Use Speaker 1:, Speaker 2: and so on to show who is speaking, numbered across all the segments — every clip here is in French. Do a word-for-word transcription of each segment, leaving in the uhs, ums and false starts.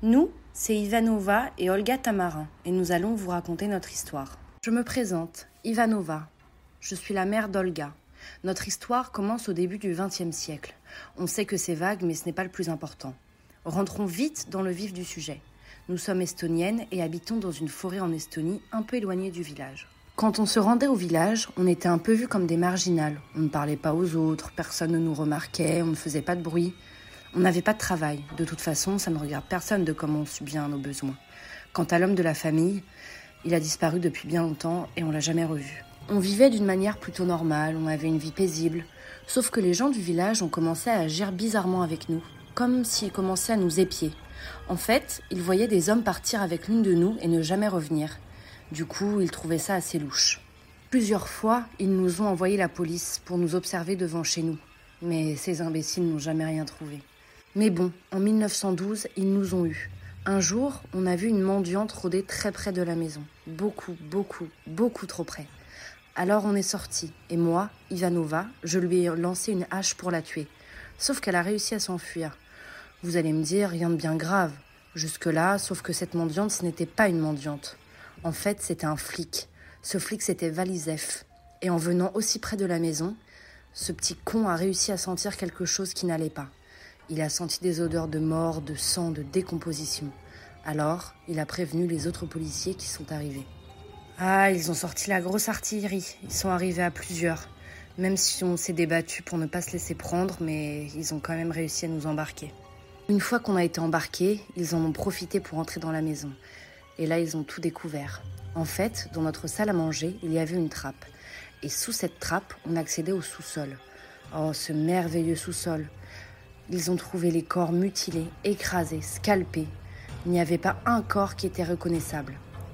Speaker 1: Nous, c'est Ivanova et Olga Tamarin, et nous allons vous raconter notre histoire. Je me présente, Ivanova. Je suis la mère d'Olga. Notre histoire commence au début du vingtième siècle. On sait que c'est vague, mais ce n'est pas le plus important. Rentrons vite dans le vif du sujet. Nous sommes estoniennes et habitons dans une forêt en Estonie, un peu éloignée du village. Quand on se rendait au village, on était un peu vus comme des marginales. On ne parlait pas aux autres, personne ne nous remarquait, on ne faisait pas de bruit. On n'avait pas de travail. De toute façon, ça ne regarde personne de comment on subvient à nos besoins. Quant à l'homme de la famille, il a disparu depuis bien longtemps et on l'a jamais revu. On vivait d'une manière plutôt normale, on avait une vie paisible. Sauf que les gens du village ont commencé à agir bizarrement avec nous, comme s'ils commençaient à nous épier. En fait, ils voyaient des hommes partir avec l'une de nous et ne jamais revenir. Du coup, ils trouvaient ça assez louche. Plusieurs fois, ils nous ont envoyé la police pour nous observer devant chez nous. Mais ces imbéciles n'ont jamais rien trouvé. Mais bon, en mille neuf cent douze, ils nous ont eus. Un jour, on a vu une mendiante rôder très près de la maison. Beaucoup, beaucoup, beaucoup trop près. Alors on est sortis, et moi, Ivanova, je lui ai lancé une hache pour la tuer. Sauf qu'elle a réussi à s'enfuir. Vous allez me dire, rien de bien grave. Jusque-là, sauf que cette mendiante, ce n'était pas une mendiante. En fait, c'était un flic. Ce flic, c'était Valizev. Et en venant aussi près de la maison, ce petit con a réussi à sentir quelque chose qui n'allait pas. Il a senti des odeurs de mort, de sang, de décomposition. Alors, il a prévenu les autres policiers qui sont arrivés. Ah, ils ont sorti la grosse artillerie. Ils sont arrivés à plusieurs. Même si on s'est débattu pour ne pas se laisser prendre, mais ils ont quand même réussi à nous embarquer. Une fois qu'on a été embarqués, ils en ont profité pour entrer dans la maison. Et là, ils ont tout découvert. En fait, dans notre salle à manger, il y avait une trappe. Et sous cette trappe, on accédait au sous-sol. Oh, ce merveilleux sous-sol. Ils ont trouvé les corps mutilés, écrasés, scalpés. Il n'y avait pas un corps qui était reconnaissable.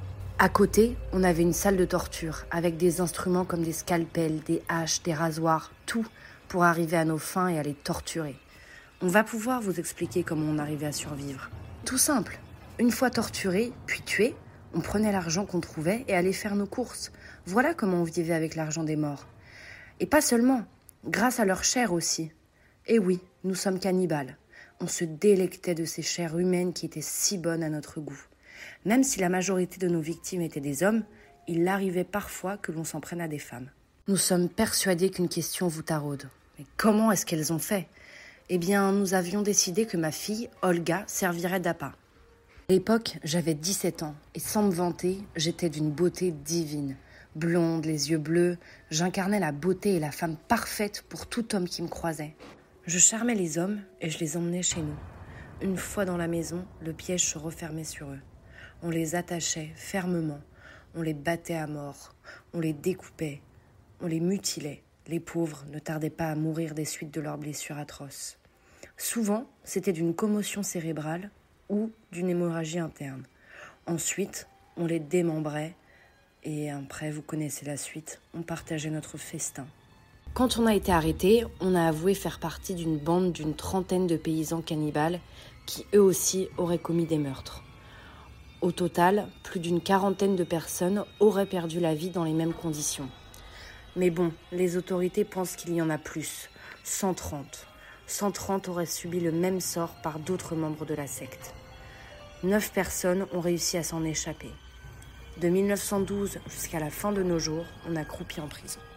Speaker 1: À côté, on avait une salle de torture, avec des instruments comme des scalpels, des haches, des rasoirs, tout pour arriver à nos fins et à les torturer. On va pouvoir vous expliquer comment on arrivait à survivre. Tout simple. Une fois torturés, puis tués, on prenait l'argent qu'on trouvait et allait faire nos courses. Voilà comment on vivait avec l'argent des morts. Et pas seulement, grâce à leur chair aussi. Et oui, nous sommes cannibales. On se délectait de ces chairs humaines qui étaient si bonnes à notre goût. Même si la majorité de nos victimes étaient des hommes, il arrivait parfois que l'on s'en prenne à des femmes. Nous sommes persuadés qu'une question vous taraude. Mais comment est-ce qu'elles ont fait ? Eh bien, nous avions décidé que ma fille, Olga, servirait d'appât. À l'époque, j'avais dix-sept ans, et sans me vanter, j'étais d'une beauté divine. Blonde, les yeux bleus, j'incarnais la beauté et la femme parfaite pour tout homme qui me croisait. Je charmais les hommes et je les emmenais chez nous. Une fois dans la maison, le piège se refermait sur eux. On les attachait fermement, on les battait à mort, on les découpait, on les mutilait. Les pauvres ne tardaient pas à mourir des suites de leurs blessures atroces. Souvent, c'était d'une commotion cérébrale ou d'une hémorragie interne. Ensuite, on les démembrait et après, vous connaissez la suite, on partageait notre festin. Quand on a été arrêté, on a avoué faire partie d'une bande d'une trentaine de paysans cannibales qui eux aussi auraient commis des meurtres. Au total, plus d'une quarantaine de personnes auraient perdu la vie dans les mêmes conditions. Mais bon, les autorités pensent qu'il y en a plus, cent trente. cent trente auraient subi le même sort par d'autres membres de la secte. Neuf personnes ont réussi à s'en échapper. De mille neuf cent douze jusqu'à la fin de nos jours, on a croupi en prison.